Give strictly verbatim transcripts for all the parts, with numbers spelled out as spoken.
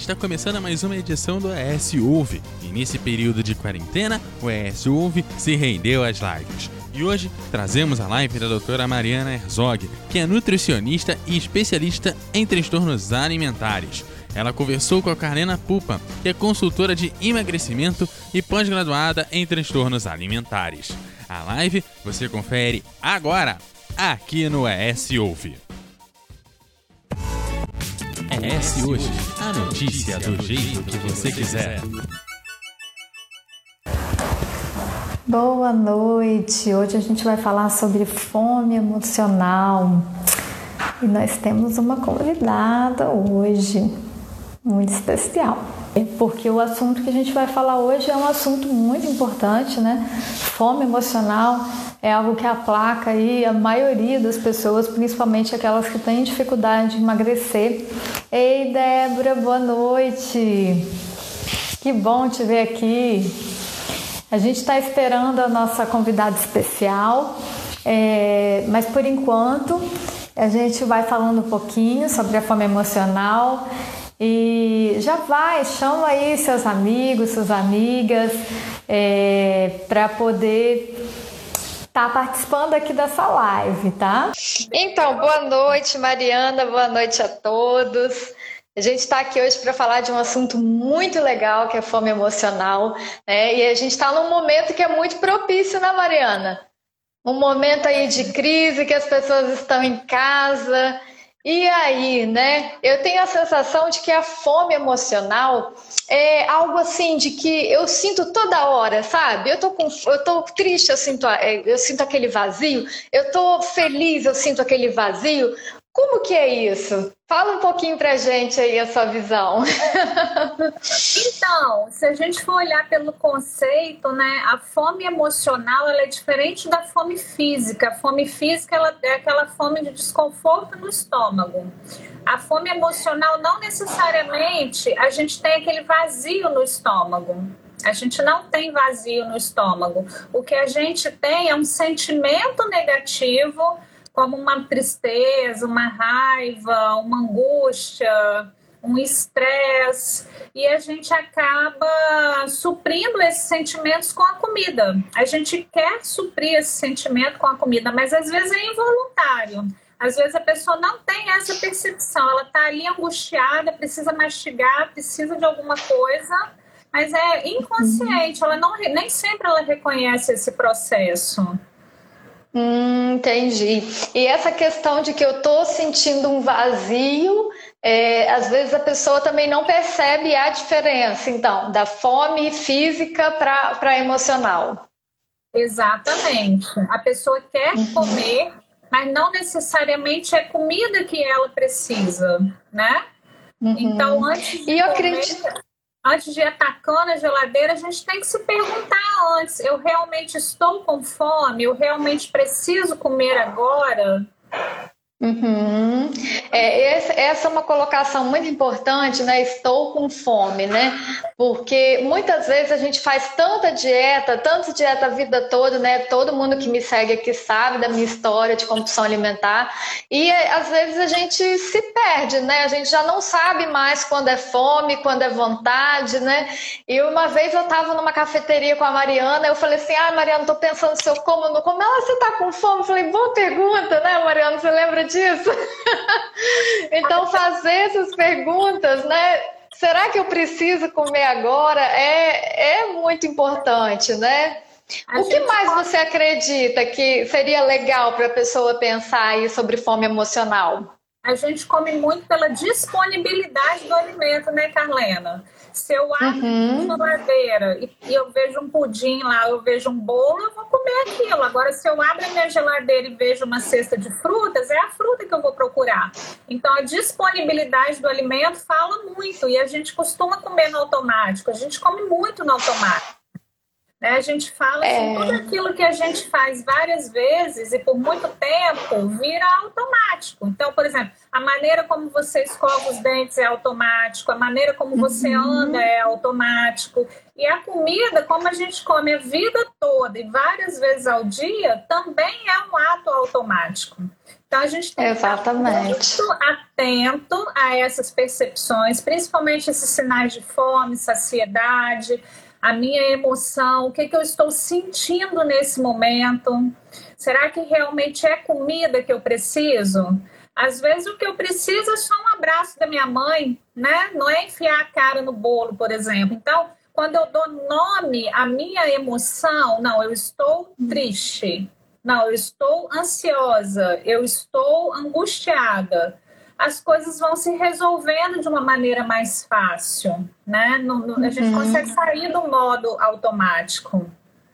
está começando mais uma edição do E S Ouve. E nesse período de quarentena, o E S Ouve se rendeu às lives. E hoje trazemos a live da doutora Mariana Herzog, que é nutricionista e especialista em transtornos alimentares. Ela conversou com a Carlena Pupa, que é consultora de emagrecimento e pós-graduada em transtornos alimentares. A live você confere agora, aqui no E S Ouve. E S Hoje, a notícia do jeito que você quiser. Boa noite! Hoje a gente vai falar sobre fome emocional. E nós temos uma convidada hoje, muito especial. Porque o assunto que a gente vai falar hoje é um assunto muito importante, né? Fome emocional é algo que aplaca aí a maioria das pessoas, principalmente aquelas que têm dificuldade de emagrecer. Ei, Débora, boa noite! Que bom te ver aqui! A gente está esperando a nossa convidada especial, é, mas por enquanto a gente vai falando um pouquinho sobre a fome emocional. E já vai, chama aí seus amigos, suas amigas, é, para poder estar tá participando aqui dessa live, tá? Então, boa noite, Mariana, boa noite a todos. A gente está aqui hoje para falar de um assunto muito legal, que é fome emocional, né? E a gente está num momento que é muito propício, né, Mariana? Um momento aí de crise, que as pessoas estão em casa. E aí, né? Eu tenho a sensação de que a fome emocional é algo assim de que eu sinto toda hora, sabe? Eu tô com, eu tô triste, eu sinto, eu sinto aquele vazio. Eu tô feliz, eu sinto aquele vazio. Como que é isso? Fala um pouquinho pra gente aí a sua visão. Então, se a gente for olhar pelo conceito, né, a fome emocional ela é diferente da fome física. A fome física ela é aquela fome de desconforto no estômago. A fome emocional não necessariamente a gente tem aquele vazio no estômago. A gente não tem vazio no estômago. O que a gente tem é um sentimento negativo, como uma tristeza, uma raiva, uma angústia, um estresse, e a gente acaba suprindo esses sentimentos com a comida. A gente quer suprir esse sentimento com a comida, mas às vezes é involuntário. Às vezes a pessoa não tem essa percepção, ela está ali angustiada, precisa mastigar, precisa de alguma coisa, mas é inconsciente, ela não, nem sempre ela reconhece esse processo. Hum, entendi. E essa questão de que eu tô sentindo um vazio, é, às vezes a pessoa também não percebe a diferença, então, da fome física para para emocional. Exatamente. A pessoa quer uhum. comer, mas não necessariamente é comida que ela precisa, né? Uhum. Então, antes de e eu comer... acredito... Antes de ir atacando a geladeira, a gente tem que se perguntar antes, eu realmente estou com fome? Eu realmente preciso comer agora? Uhum. É, essa é uma colocação muito importante, né? Estou com fome, né? Porque muitas vezes a gente faz tanta dieta, tanta dieta a vida toda, né? Todo mundo que me segue aqui sabe da minha história de compulsão alimentar, e às vezes a gente se perde, né? A gente já não sabe mais quando é fome, quando é vontade, né? E uma vez eu estava numa cafeteria com a Mariana, eu falei assim, ah, Mariana, tô pensando se eu como ou não como. Ela, você tá com fome? Eu falei, boa pergunta, né, Mariana? Você lembra disso? Então fazer essas perguntas, né? Será que eu preciso comer agora? É, é muito importante, né? O que mais você acredita que seria legal para a pessoa pensar aí sobre fome emocional? A gente come muito pela disponibilidade do alimento, né, Carlena? Se eu abro uhum. a geladeira e, e eu vejo um pudim lá, eu vejo um bolo, eu vou comer aquilo. Agora, se eu abro a minha geladeira e vejo uma cesta de frutas, é a fruta que eu vou procurar. Então, a disponibilidade do alimento fala muito. E a gente costuma comer no automático. A gente come muito no automático. Né? A gente fala assim, é. tudo aquilo que a gente faz várias vezes e por muito tempo vira automático. Então, por exemplo, a maneira como você escova os dentes é automático, a maneira como você uhum. anda é automático. E a comida, como a gente come a vida toda e várias vezes ao dia, também é um ato automático. Então, a gente tem Exatamente. que estar muito atento a essas percepções, principalmente esses sinais de fome, saciedade, a minha emoção, o que, que eu estou sentindo nesse momento. Será que realmente é comida que eu preciso? Às vezes o que eu preciso é só um abraço da minha mãe, né? Não é enfiar a cara no bolo, por exemplo. Então, quando eu dou nome à minha emoção, não, eu estou triste, não, eu estou ansiosa, eu estou angustiada, as coisas vão se resolvendo de uma maneira mais fácil, né? No, no, a gente uhum. consegue sair do modo automático.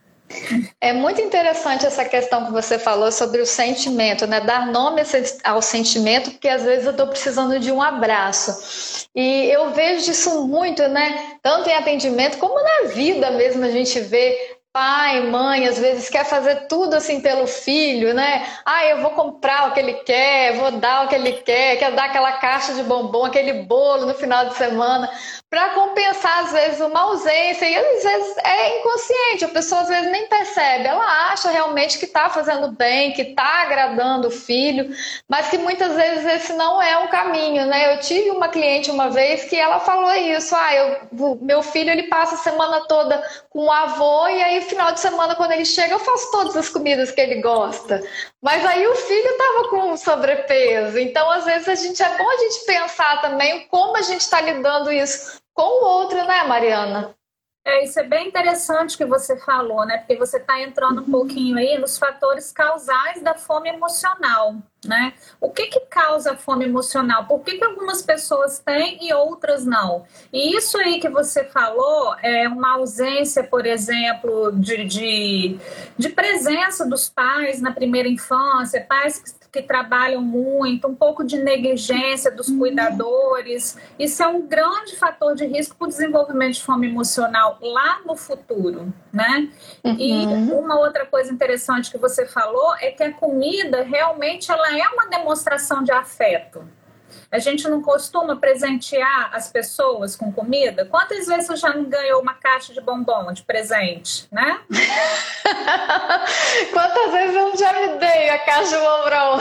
É muito interessante essa questão que você falou sobre o sentimento, né? Dar nome ao sentimento, porque às vezes eu estou precisando de um abraço. E eu vejo isso muito, né? Tanto em atendimento como na vida mesmo a gente vê. Pai, mãe, às vezes quer fazer tudo assim pelo filho, né? Ah, eu vou comprar o que ele quer, vou dar o que ele quer, quer dar aquela caixa de bombom, aquele bolo no final de semana, para compensar às vezes uma ausência, e às vezes é inconsciente, a pessoa às vezes nem percebe, ela acha realmente que está fazendo bem, que está agradando o filho, mas que muitas vezes esse não é um caminho, né? Eu tive uma cliente uma vez que ela falou isso, ah, eu, meu filho ele passa a semana toda com o avô, e aí final de semana, quando ele chega, eu faço todas as comidas que ele gosta. Mas aí o filho estava com sobrepeso. Então, às vezes, a gente é bom a gente pensar também como a gente está lidando isso com o outro, né, Mariana? É, isso é bem interessante que você falou, né? Porque você está entrando um pouquinho aí nos fatores causais da fome emocional, né? O que que causa a fome emocional? Por que que algumas pessoas têm e outras não? E isso aí que você falou é uma ausência, por exemplo, de, de, de presença dos pais na primeira infância, pais que que trabalham muito, um pouco de negligência dos cuidadores. Isso é um grande fator de risco para o desenvolvimento de fome emocional lá no futuro, né? Uhum. E uma outra coisa interessante que você falou é que a comida realmente ela é uma demonstração de afeto. A gente não costuma presentear as pessoas com comida? Quantas vezes você já não ganhou uma caixa de bombom de presente, né? Quantas vezes eu já me dei a caixa de bombom?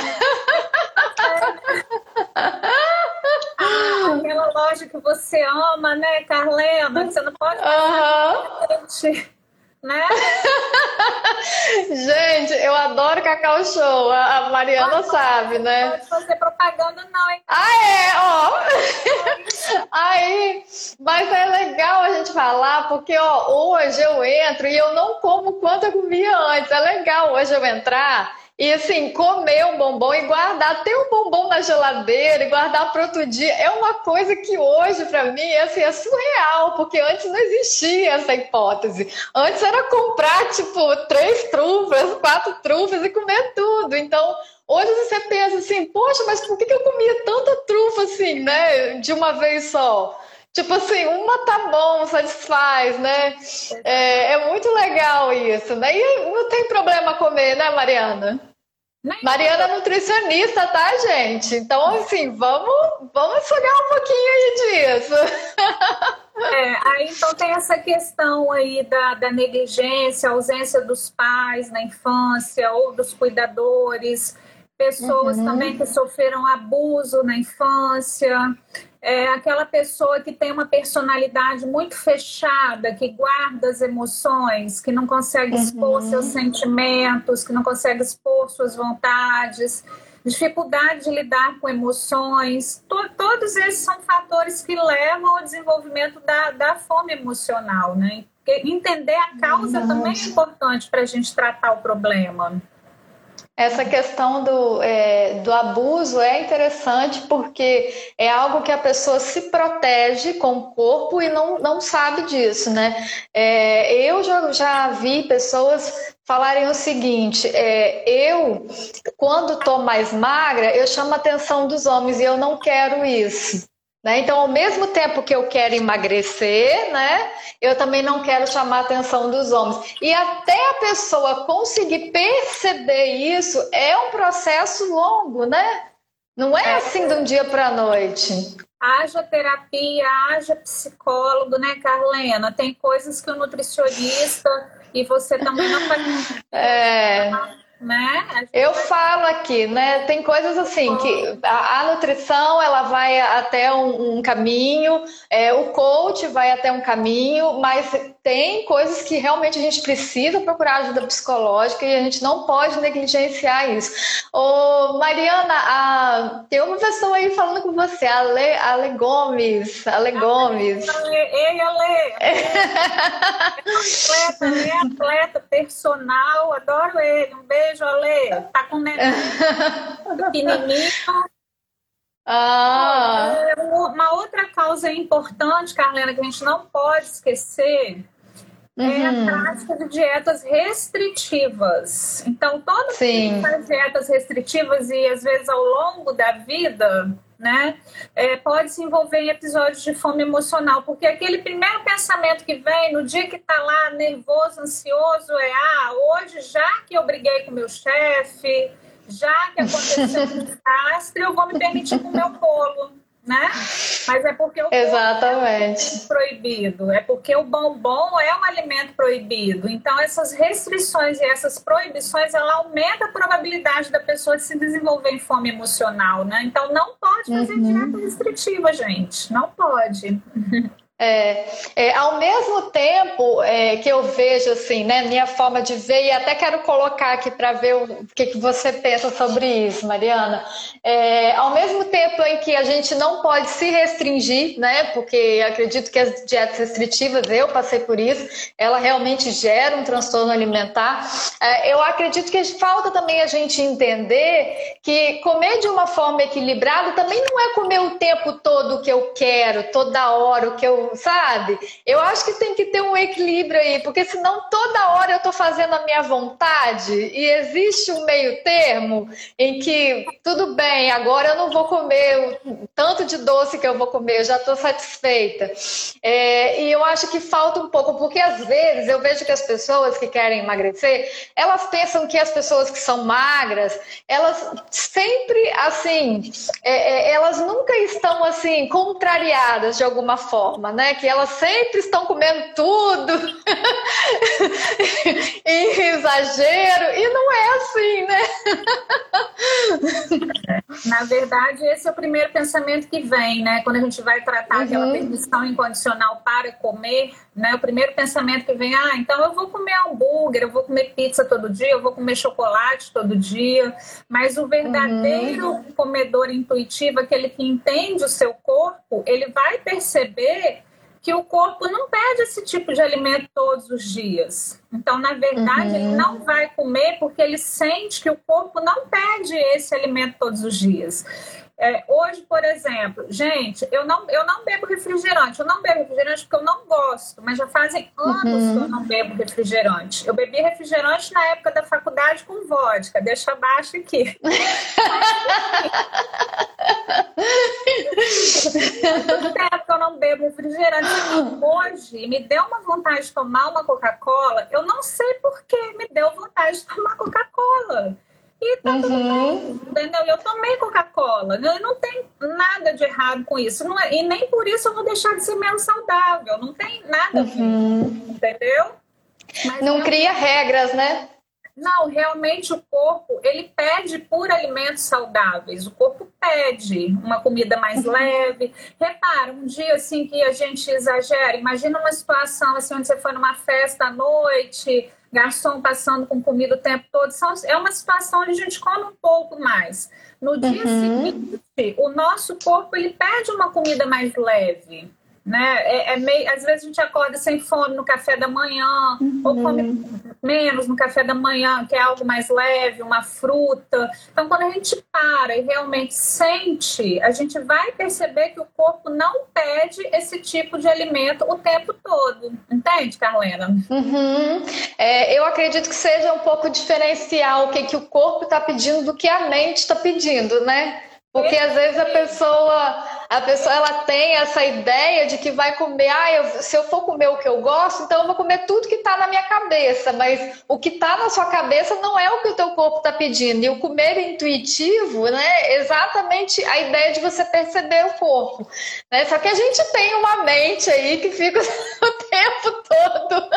Ah, aquela loja que você ama, né, Carlena? Você não pode fazer uhum. né? Gente, eu adoro Cacau Show. A Mariana ah, sabe, né? Não pode fazer propaganda não, hein? Ah, é? Ó. Aí, mas é legal a gente falar, porque ó, hoje eu entro e eu não como quanto eu comia antes. É legal hoje eu entrar e assim, comer um bombom e guardar, ter um bombom na geladeira e guardar para outro dia, é uma coisa que hoje para mim assim, é surreal, porque antes não existia essa hipótese. Antes era comprar tipo três trufas, quatro trufas e comer tudo. Então hoje você pensa assim, poxa, mas por que eu comia tanta trufa assim, né, de uma vez só? Tipo assim, uma tá bom, satisfaz, né? É, é muito legal isso, né? E não tem problema comer, né, Mariana? Nem Mariana é nutricionista, tá, gente? Então, assim, vamos, vamos sugar um pouquinho aí disso. É, aí então tem essa questão aí da, da negligência, ausência dos pais na infância ou dos cuidadores, pessoas uhum. também que sofreram abuso na infância. É aquela pessoa que tem uma personalidade muito fechada, que guarda as emoções, que não consegue uhum. expor seus sentimentos, que não consegue expor suas vontades, dificuldade de lidar com emoções. To- todos esses são fatores que levam ao desenvolvimento da, da fome emocional, né? Entender a causa uhum. também é importante para a gente tratar o problema. Essa questão do, é, do abuso é interessante porque é algo que a pessoa se protege com o corpo e não, não sabe disso, né? É, eu já, já vi pessoas falarem o seguinte, é, eu, quando estou mais magra, eu chamo a atenção dos homens e eu não quero isso. Né? Então, ao mesmo tempo que eu quero emagrecer, né, eu também não quero chamar a atenção dos homens. E até a pessoa conseguir perceber isso é um processo longo, né? Não é assim de um dia para a noite. Haja terapia, haja psicólogo, né, Carlena? Tem coisas que o nutricionista e você também não vai... É... Né? Eu falo aqui, né? Tem coisas assim que a, a nutrição ela vai até um, um caminho, é, o coach vai até um caminho, mas tem coisas que realmente a gente precisa procurar ajuda psicológica e a gente não pode negligenciar isso. Ô, Mariana, a, tem uma pessoa aí falando com você, a Ale, Ale Gomes. Ale Gomes. Ei, Ale! É atleta, é atleta, personal, adoro ele. Um beijo. Beijo, Ale. Tá com um neném pequenininho. Ah. Uma outra causa importante, Carlena, que a gente não pode esquecer uhum. é a prática de dietas restritivas. Então, todo mundo faz dietas restritivas e, às vezes, ao longo da vida... Né? É, pode se envolver em episódios de fome emocional, porque aquele primeiro pensamento que vem no dia que tá lá nervoso, ansioso, é ah, hoje já que eu briguei com meu chefe, já que aconteceu um desastre, eu vou me permitir comer o bolo, né? Mas é porque o Exatamente. É proibido, é porque o bombom é um alimento proibido. Então essas restrições e essas proibições, ela aumenta a probabilidade da pessoa de se desenvolver em fome emocional, né? Então não pode fazer uhum. dieta restritiva, gente, não pode. É, é, ao mesmo tempo é, que eu vejo assim, né, minha forma de ver, e até quero colocar aqui para ver o que, que você pensa sobre isso, Mariana, é, ao mesmo tempo em que a gente não pode se restringir, né, porque acredito que as dietas restritivas, eu passei por isso, ela realmente gera um transtorno alimentar, é, eu acredito que falta também a gente entender que comer de uma forma equilibrada também não é comer o tempo todo o que eu quero, toda hora o que eu sabe? Eu acho que tem que ter um equilíbrio aí, porque senão toda hora eu tô fazendo a minha vontade e existe um meio termo em que tudo bem, agora eu não vou comer o tanto de doce que eu vou comer, eu já tô satisfeita. É, e eu acho que falta um pouco, porque às vezes eu vejo que as pessoas que querem emagrecer, elas pensam que as pessoas que são magras, elas sempre, assim, é, é, elas nunca estão, assim, contrariadas de alguma forma, né? Que elas sempre estão comendo tudo em exagero, e não é assim, né? Na verdade, esse é o primeiro pensamento que vem, né? Quando a gente vai tratar uhum. aquela permissão incondicional para comer, né? O primeiro pensamento que vem, ah, então eu vou comer hambúrguer, eu vou comer pizza todo dia, eu vou comer chocolate todo dia, mas o verdadeiro uhum. comedor intuitivo, aquele que entende o seu corpo, ele vai perceber que o corpo não pede esse tipo de alimento todos os dias. Então, na verdade, uhum. ele não vai comer porque ele sente que o corpo não pede esse alimento todos os dias. É, hoje, por exemplo, gente, eu não, eu não bebo refrigerante. Eu não bebo refrigerante porque eu não gosto, mas já fazem anos uhum. que eu não bebo refrigerante. Eu bebi refrigerante na época da faculdade com vodka. Deixa abaixo aqui. Muito tempo que eu não bebo refrigerante. Hoje me deu uma vontade de tomar uma Coca-Cola. Eu não sei por que me deu vontade de tomar Coca-Cola. E tá uhum. tudo bem, entendeu? Eu tomei Coca-Cola, não tem nada de errado com isso. Não é, e nem por isso eu vou deixar de ser menos saudável. Não tem nada, uhum. entendeu? Mas não cria regras, né? Não, realmente o corpo, ele pede por alimentos saudáveis. O corpo pede uma comida mais uhum. leve. Repara, um dia assim que a gente exagera. Imagina uma situação assim onde você foi numa festa à noite, garçom passando com comida o tempo todo. É uma situação onde a gente come um pouco mais. No dia uhum. seguinte, o nosso corpo, ele pede uma comida mais leve. Né? É, é meio, às vezes a gente acorda sem fome no café da manhã, uhum. ou come menos no café da manhã, que é algo mais leve, uma fruta. Então, quando a gente para e realmente sente, a gente vai perceber que o corpo não pede esse tipo de alimento o tempo todo. Entende, Carlena? Uhum. É, eu acredito que seja um pouco diferencial o que, que o corpo está pedindo do que a mente está pedindo, né? Porque às vezes a pessoa... a pessoa ela tem essa ideia de que vai comer, ah, eu, se eu for comer o que eu gosto, então eu vou comer tudo que está na minha cabeça, mas o que está na sua cabeça não é o que o teu corpo está pedindo. E o comer intuitivo, né, é exatamente a ideia de você perceber o corpo, né? Só que a gente tem uma mente aí que fica o tempo todo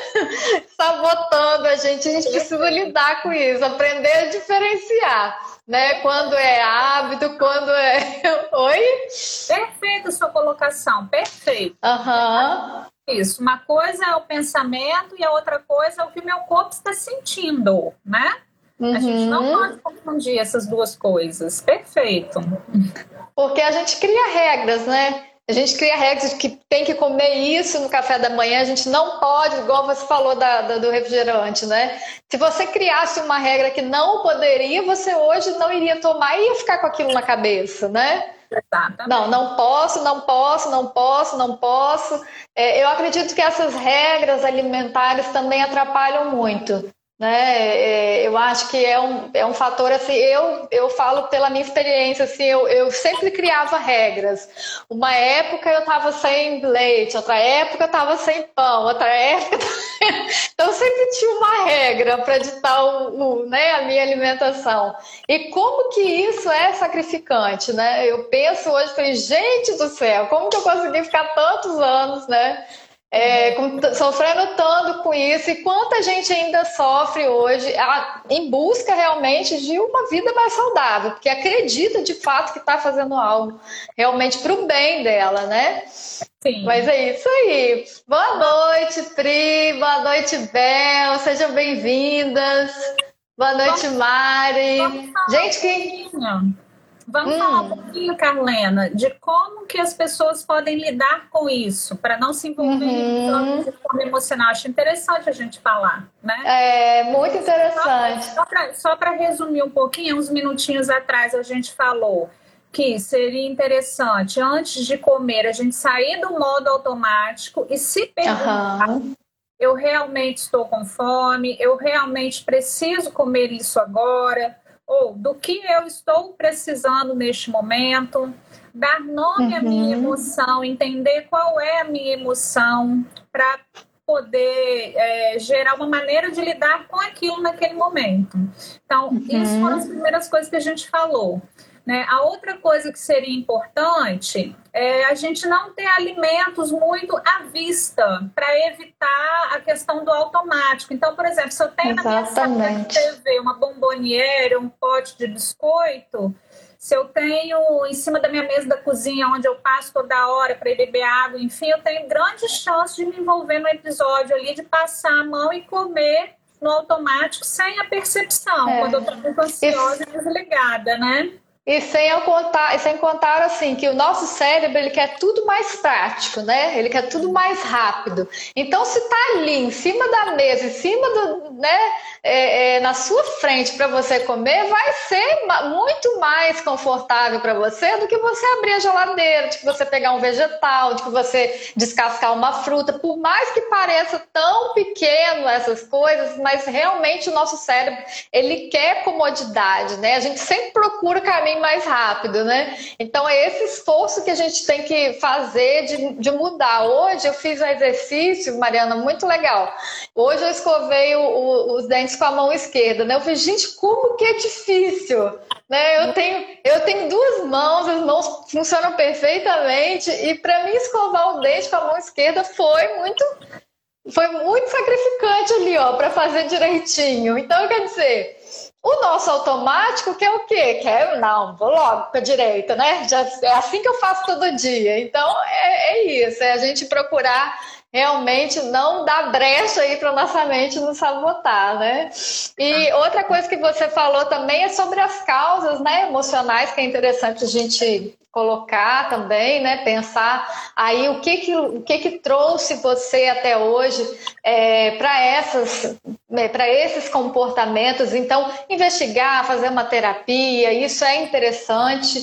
sabotando a gente, a gente precisa lidar com isso, aprender a diferenciar, né? Quando é hábito, quando é... Oi? Perfeita a sua colocação, perfeito. Aham. Uhum. Isso, uma coisa é o pensamento e a outra coisa é o que o meu corpo está sentindo, né? Uhum. A gente não pode confundir essas duas coisas. Perfeito. Porque a gente cria regras, né? A gente cria regras de que tem que comer isso no café da manhã, a gente não pode, igual você falou da, da, do refrigerante, né? Se você criasse uma regra que não poderia, você hoje não iria tomar e ia ficar com aquilo na cabeça, né? Exatamente. Não, não posso, não posso, não posso, não posso. É, eu acredito que essas regras alimentares também atrapalham muito, né? É, eu acho que é um, é um fator assim, eu, eu falo pela minha experiência, assim, eu, eu sempre criava regras. Uma época eu estava sem leite, outra época eu estava sem pão, outra época então eu sempre tinha uma regra para ditar o, o, né, a minha alimentação. E como que isso é sacrificante, né? Eu penso hoje, falei, gente do céu, como que eu consegui ficar tantos anos, né? É, com, sofrendo tanto com isso, e quanta gente ainda sofre hoje a, em busca realmente de uma vida mais saudável, porque acredita de fato que está fazendo algo realmente para o bem dela, né? Sim. Mas é isso aí. Boa noite, Pri, boa noite, Bel, sejam bem-vindas. Boa noite, Mari. Gente, que... Vamos hum. falar um pouquinho, Carlena, de como que as pessoas podem lidar com isso, para não se envolver uhum. em forma emocional. Acho interessante a gente falar, né? É, muito interessante. Só para resumir um pouquinho, uns minutinhos atrás a gente falou que seria interessante, antes de comer, a gente sair do modo automático e se perguntar, uhum. eu realmente estou com fome? Eu realmente preciso comer isso agora? Ou do que eu estou precisando neste momento, dar nome uhum. à minha emoção, entender qual é a minha emoção para poder é, gerar uma maneira de lidar com aquilo naquele momento. Então, uhum. isso foram as primeiras coisas que a gente falou. Né? A outra coisa que seria importante é a gente não ter alimentos muito à vista para evitar a questão do automático. Então, por exemplo, se eu tenho Exatamente. na minha sala de T V uma bomboniere, um pote de biscoito, se eu tenho em cima da minha mesa da cozinha, onde eu passo toda hora para ir beber água, enfim, eu tenho grande chance de me envolver no episódio ali, de passar a mão e comer no automático sem a percepção, é. quando eu estou muito ansiosa e desligada, né? E sem contar, sem contar assim, que o nosso cérebro ele quer tudo mais prático, né? Ele quer tudo mais rápido. Então, se tá ali em cima da mesa, em cima do, né, é, é, na sua frente para você comer, vai ser muito mais confortável para você do que você abrir a geladeira, de que você pegar um vegetal, de que você descascar uma fruta. Por mais que pareça tão pequeno essas coisas, mas realmente o nosso cérebro ele quer comodidade, né? A gente sempre procura caminho mais rápido, né? Então é esse esforço que a gente tem que fazer de, de mudar. Hoje eu fiz um exercício, Mariana, muito legal. Hoje eu escovei o, o, os dentes com a mão esquerda, né? Eu falei, gente, como que é difícil, né? Eu tenho, eu tenho duas mãos, as mãos funcionam perfeitamente e para mim escovar o dente com a mão esquerda foi muito foi muito sacrificante ali, ó, para fazer direitinho. Então, quer dizer, o nosso automático quer o quê? Quer, não, vou logo com a direita, né? Já, é assim que eu faço todo dia. Então, é, é isso, é a gente procurar realmente não dar brecha aí para nossa mente nos sabotar, né? E outra coisa que você falou também é sobre as causas, né, emocionais, que é interessante a gente colocar também, né, pensar aí o que que, o que, que trouxe você até hoje é, para essas, né, para esses comportamentos. Então, investigar, fazer uma terapia, isso é interessante.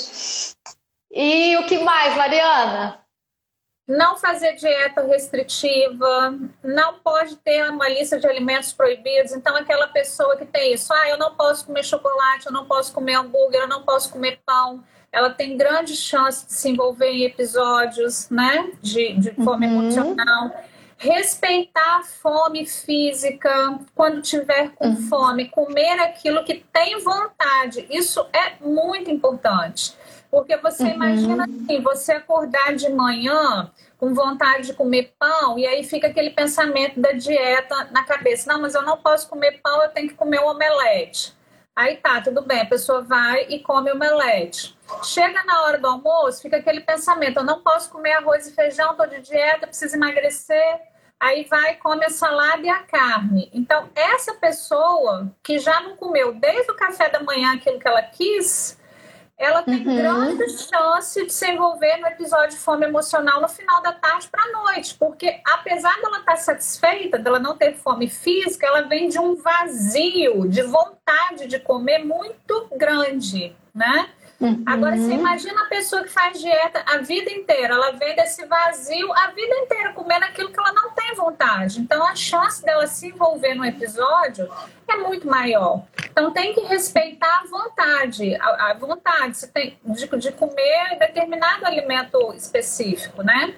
E o que mais, Mariana? Não fazer dieta restritiva, não pode ter uma lista de alimentos proibidos. Então, aquela pessoa que tem isso, ah, eu não posso comer chocolate, eu não posso comer hambúrguer, eu não posso comer pão. ela tem grande chance de se envolver em episódios, né, de, de fome uhum. emocional. Respeitar a fome física, quando tiver com uhum. fome, comer aquilo que tem vontade. Isso é muito importante. Porque você uhum. imagina assim, você acordar de manhã com vontade de comer pão, e aí fica aquele pensamento da dieta na cabeça. Não, mas eu não posso comer pão, eu tenho que comer um omelete. Aí tá, tudo bem, a pessoa vai e come o omelete. Chega na hora do almoço, fica aquele pensamento, eu não posso comer arroz e feijão, estou de dieta, preciso emagrecer. Aí vai e come a salada e a carne. Então, essa pessoa que já não comeu desde o café da manhã aquilo que ela quis, ela tem uhum. grande chance de se envolver no episódio de fome emocional no final da tarde para a noite, porque apesar dela estar satisfeita, dela não ter fome física, ela vem de um vazio, de vontade de comer muito grande, né? Uhum. Agora, você imagina a pessoa que faz dieta a vida inteira, ela vem desse vazio a vida inteira comendo aquilo que ela não tem vontade. Então, a chance dela se envolver no episódio é muito maior. Então, tem que respeitar a vontade, a, a vontade você tem, de, de comer determinado alimento específico, né?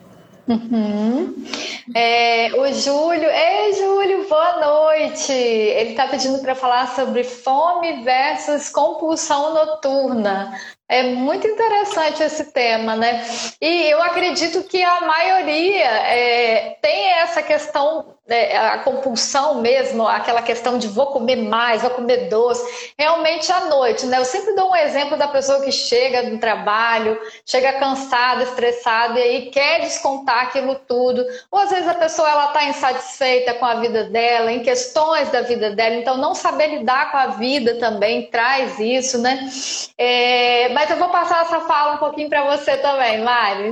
Uhum. É, o Júlio, ei Júlio, boa noite. Ele está pedindo para falar sobre fome versus compulsão noturna. É muito interessante esse tema, né? E eu acredito que a maioria é, tem essa questão, é, a compulsão mesmo, aquela questão de vou comer mais, vou comer doce, realmente à noite, né? Eu sempre dou um exemplo da pessoa que chega do trabalho, chega cansada, estressada e aí quer descontar aquilo tudo. Ou às vezes a pessoa ela está insatisfeita com a vida dela, em questões da vida dela, então não saber lidar com a vida também traz isso, né? É, mas eu vou passar essa fala um pouquinho para você também, Mari.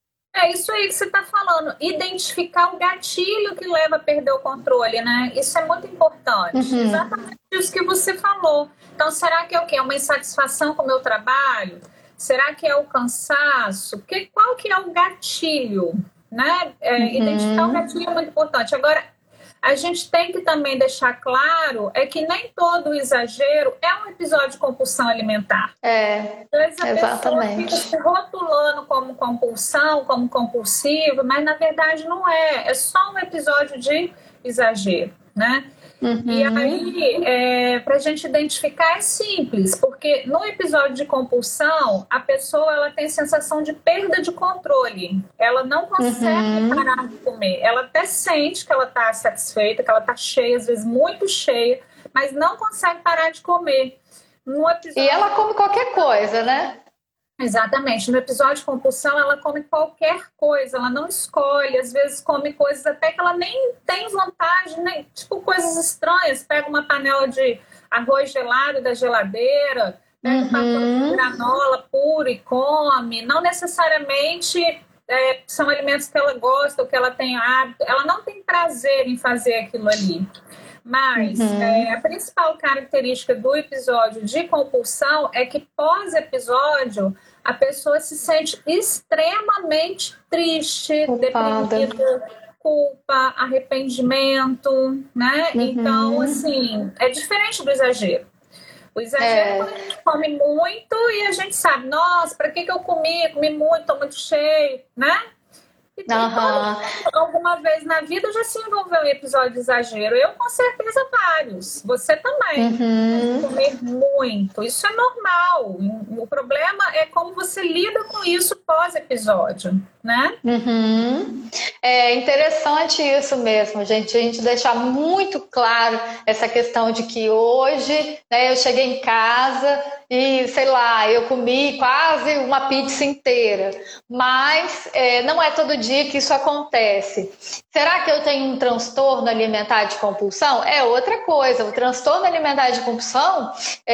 É isso aí que você está falando, identificar o gatilho que leva a perder o controle, né? Isso é muito importante. Uhum. Exatamente isso que você falou. Então, será que é o quê? Uma insatisfação com o meu trabalho? Será que é o cansaço? Que, qual que é o gatilho? Né? É, uhum. Identificar o gatilho é muito importante. Agora, a gente tem que também deixar claro é que nem todo exagero é um episódio de compulsão alimentar. É, Às vezes a exatamente. pessoa fica se rotulando como compulsão, como compulsivo, mas na verdade não é. É só um episódio de exagero, né? Uhum. E aí, é, para a gente identificar é simples, porque no episódio de compulsão, a pessoa ela tem sensação de perda de controle. Ela não consegue uhum. parar de comer. Ela até sente que ela está satisfeita, que ela está cheia, às vezes muito cheia, mas não consegue parar de comer. No episódio... E ela come qualquer coisa, né? Exatamente. No episódio de compulsão, ela come qualquer coisa, ela não escolhe, às vezes come coisas até que ela nem tem vontade, nem, tipo coisas estranhas, pega uma panela de arroz gelado da geladeira, pega uhum. um pacote de granola puro e come, não necessariamente é, são alimentos que ela gosta ou que ela tem hábito, ela não tem prazer em fazer aquilo ali. Mas uhum. é, a principal característica do episódio de compulsão é que pós-episódio a pessoa se sente extremamente triste, Culpada. deprimida, culpa, arrependimento, né? Uhum. Então, assim, é diferente do exagero. O exagero é quando a gente come muito e a gente sabe, nossa, para que, que eu comi? Comi muito, estou muito cheio, né? E uhum. alguma vez na vida já se envolveu em episódio de exagero. Eu, com certeza, vários. Você também. Uhum. Comer muito. Isso é normal. O problema é como você lida com isso pós-episódio, né? Uhum. É interessante isso mesmo, gente. A gente deixar muito claro essa questão de que hoje, né, eu cheguei em casa e, sei lá, eu comi quase uma pizza inteira. Mas é, não é todo dia que isso acontece. Será que eu tenho um transtorno alimentar de compulsão? É outra coisa. O transtorno alimentar de compulsão,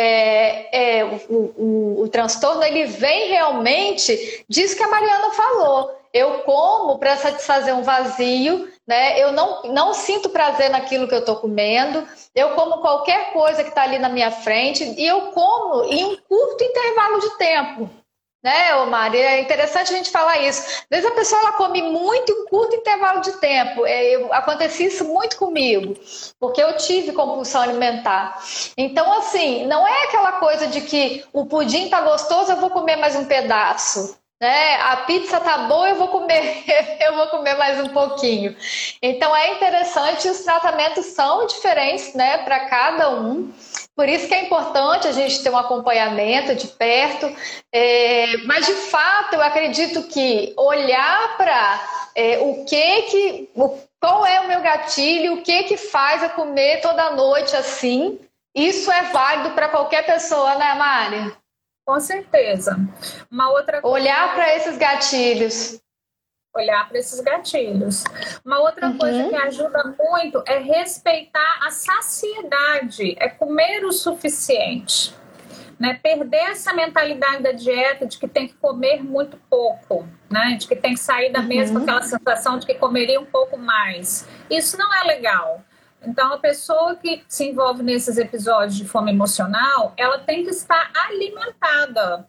é, é, o, o, o transtorno ele vem realmente disso que a Mariana falou. Eu como para satisfazer um vazio, né? Eu não, não sinto prazer naquilo que eu estou comendo, eu como qualquer coisa que está ali na minha frente e eu como em um curto intervalo de tempo. né, ô Mari? É interessante a gente falar isso. Às vezes a pessoa ela come muito em um curto intervalo de tempo. É, eu, acontecia isso muito comigo, porque eu tive compulsão alimentar. Então, assim, não é aquela coisa de que o pudim tá gostoso, eu vou comer mais um pedaço. Né? A pizza tá boa, eu vou comer, eu vou comer mais um pouquinho. Então é interessante, os tratamentos são diferentes, né, para cada um. Por isso que é importante a gente ter um acompanhamento de perto. É, mas de fato eu acredito que olhar para é, o que que, o, qual é o meu gatilho, o que que faz eu comer toda noite assim, isso é válido para qualquer pessoa, né, Mari? Com certeza. Uma outra coisa... Olhar para esses gatilhos. Olhar para esses gatilhos. Uma outra uhum. coisa que ajuda muito é respeitar a saciedade, é comer o suficiente. Né? Perder essa mentalidade da dieta de que tem que comer muito pouco, né? De que tem que sair da mesa uhum. com aquela sensação de que comeria um pouco mais. Isso não é legal. Então, a pessoa que se envolve nesses episódios de fome emocional, ela tem que estar alimentada.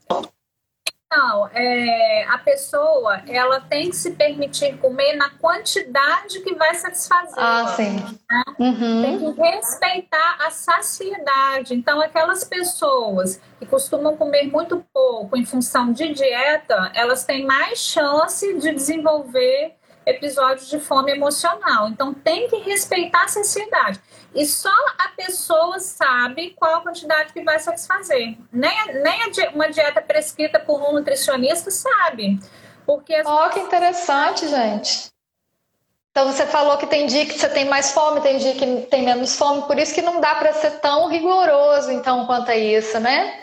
Então, é, a pessoa, ela tem que se permitir comer na quantidade que vai satisfazer. Ah, sim. Né? Uhum. Tem que respeitar a saciedade. Então, aquelas pessoas que costumam comer muito pouco em função de dieta, elas têm mais chance de desenvolver episódios de fome emocional. Então tem que respeitar a saciedade. E só a pessoa sabe qual a quantidade que vai satisfazer. Nem, nem uma dieta prescrita por um nutricionista sabe. Porque as... Oh, que interessante, gente. Então você falou que tem dia que você tem mais fome, tem dia que tem menos fome, por isso que não dá para ser tão rigoroso então quanto a isso, né?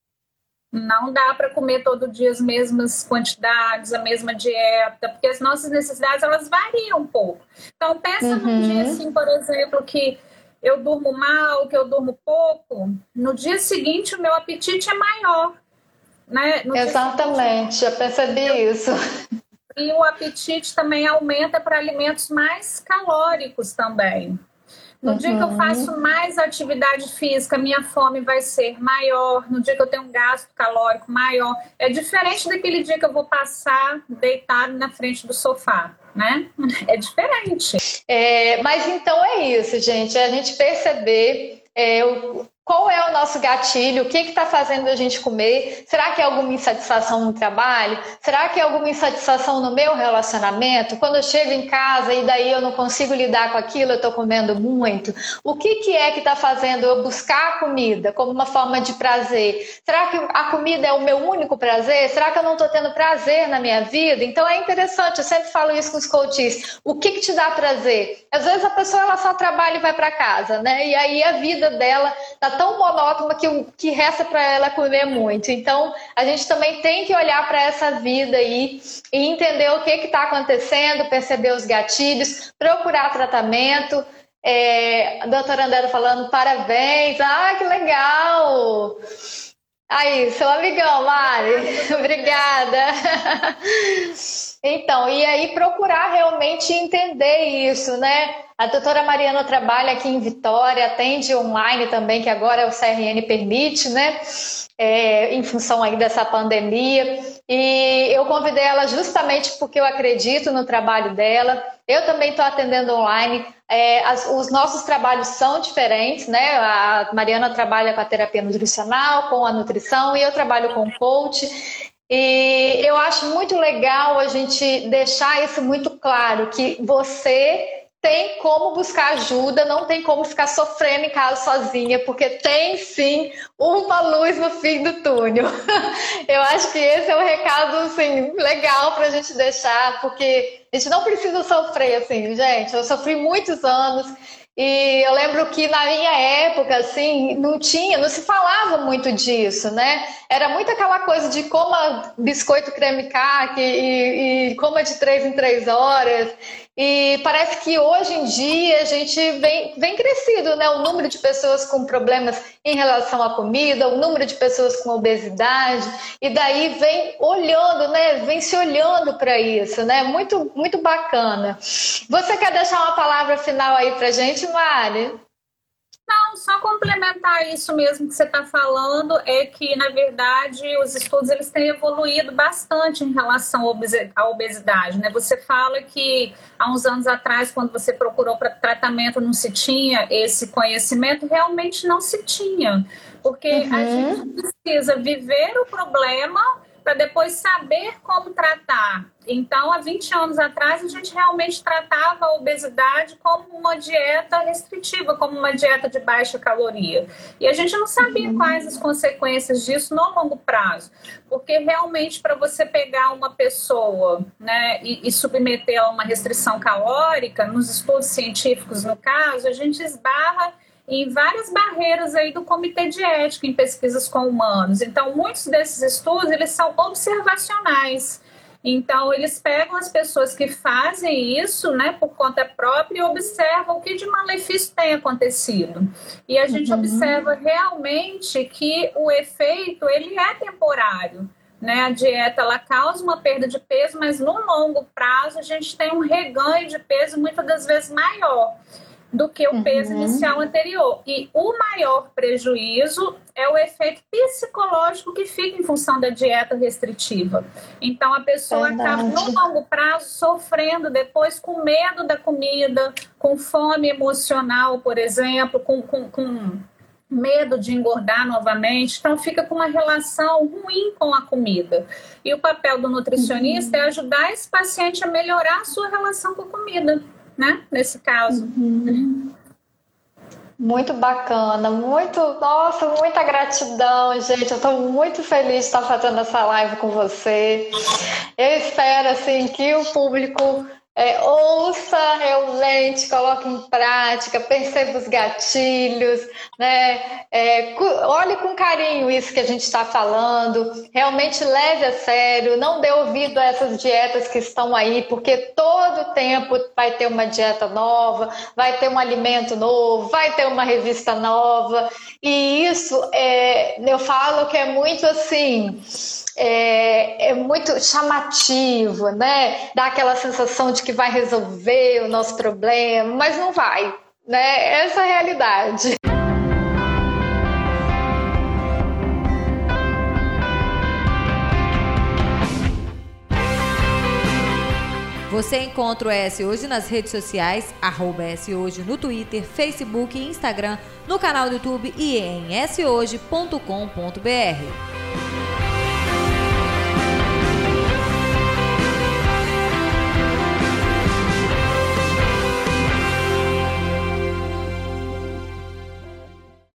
Não dá para comer todo dia as mesmas quantidades, a mesma dieta, porque as nossas necessidades, elas variam um pouco. Então, pensa uhum. num dia assim, por exemplo, que eu durmo mal, que eu durmo pouco, no dia seguinte o meu apetite é maior. Né? No Exatamente, seguinte, já percebi eu... isso. E o apetite também aumenta para alimentos mais calóricos também. No uhum. dia que eu faço mais atividade física, minha fome vai ser maior. No dia que eu tenho um gasto calórico maior. É diferente daquele dia que eu vou passar deitado na frente do sofá, né? É diferente. É, mas então é isso, gente. É a gente perceber é, o, qual é o nosso gatilho, o que está fazendo a gente comer. Será que é alguma insatisfação no trabalho? Será que é alguma insatisfação no meu relacionamento? Quando eu chego em casa e daí eu não consigo lidar com aquilo, eu estou comendo muito. O que, que é que está fazendo eu buscar a comida como uma forma de prazer? Será que a comida é o meu único prazer? Será que eu não estou tendo prazer na minha vida? Então é interessante, eu sempre falo isso com os coaches. O que, que te dá prazer? Às vezes a pessoa ela só trabalha e vai para casa, né? E aí a vida dela está tão monótona que o que resta para ela é comer muito. Então, a gente também tem que olhar para essa vida aí e entender o que está acontecendo, perceber os gatilhos, procurar tratamento. É, a doutora André falando parabéns. Ah, que legal! Aí, seu amigão, Mari. Obrigada. Então, e aí procurar realmente entender isso, né? A doutora Mariana trabalha aqui em Vitória, atende online também, que agora o C R N permite, né? É, em função aí dessa pandemia. E eu convidei ela justamente porque eu acredito no trabalho dela. Eu também estou atendendo online. É, as, os nossos trabalhos são diferentes, né? A Mariana trabalha com a terapia nutricional, com a nutrição, e eu trabalho com coach. E eu acho muito legal a gente deixar isso muito claro, que você tem como buscar ajuda, não tem como ficar sofrendo em casa sozinha, porque tem sim uma luz no fim do túnel. Eu acho que esse é um recado assim, legal para a gente deixar, porque a gente não precisa sofrer assim, gente. Eu sofri muitos anos e eu lembro que na minha época, assim, não tinha, não se falava muito disso, né? Era muito aquela coisa de coma biscoito creme caqui e, e coma de três em três horas. E parece que hoje em dia a gente vem, vem crescido, né? O número de pessoas com problemas em relação à comida, o número de pessoas com obesidade, e daí vem olhando, né? Vem se olhando para isso, né? Muito, muito bacana. Você quer deixar uma palavra final aí pra gente, Mari? Não, só complementar isso mesmo que você está falando, é que, na verdade, os estudos eles têm evoluído bastante em relação à obesidade, né? Você fala que há uns anos atrás, quando você procurou para tratamento, não se tinha esse conhecimento, realmente não se tinha, porque uhum. a gente precisa viver o problema para depois saber como tratar. Então, há vinte anos atrás, a gente realmente tratava a obesidade como uma dieta restritiva, como uma dieta de baixa caloria. E a gente não sabia uhum. quais as consequências disso no longo prazo. Porque, realmente, para você pegar uma pessoa, né, e, e submetê-la a uma restrição calórica, nos estudos científicos, no caso, a gente esbarra em várias barreiras aí do comitê de ética em pesquisas com humanos. Então, muitos desses estudos, eles são observacionais. Então, eles pegam as pessoas que fazem isso, né, por conta própria e observam o que de malefício tem acontecido. E a gente uhum. observa realmente que o efeito, ele é temporário. Né? A dieta, ela causa uma perda de peso, mas no longo prazo a gente tem um reganho de peso muitas das vezes maior do que o peso uhum. inicial anterior. E o maior prejuízo é o efeito psicológico que fica em função da dieta restritiva. Então, a pessoa Verdade. acaba, no longo prazo, sofrendo depois com medo da comida, com fome emocional, por exemplo, com, com, com medo de engordar novamente. Então, fica com uma relação ruim com a comida. E o papel do nutricionista uhum. é ajudar esse paciente a melhorar a sua relação com a comida, né? Nesse caso. Uhum. Muito bacana, muito, nossa, muita gratidão, gente. Eu estou muito feliz de estar fazendo essa live com você. Eu espero, assim, que o público é, ouça realmente, coloque em prática, perceba os gatilhos, né? É, olhe com carinho isso que a gente está falando, realmente leve a sério, não dê ouvido a essas dietas que estão aí, porque todo tempo vai ter uma dieta nova, vai ter um alimento novo, vai ter uma revista nova, e isso é, eu falo que é muito assim, é, é muito chamativo, né? Dá aquela sensação de que vai resolver o nosso problema, mas não vai, né? Essa é a realidade. Você encontra o E S Hoje nas redes sociais, arroba S Hoje no Twitter, Facebook e Instagram, no canal do YouTube e em s hoje ponto com ponto b r.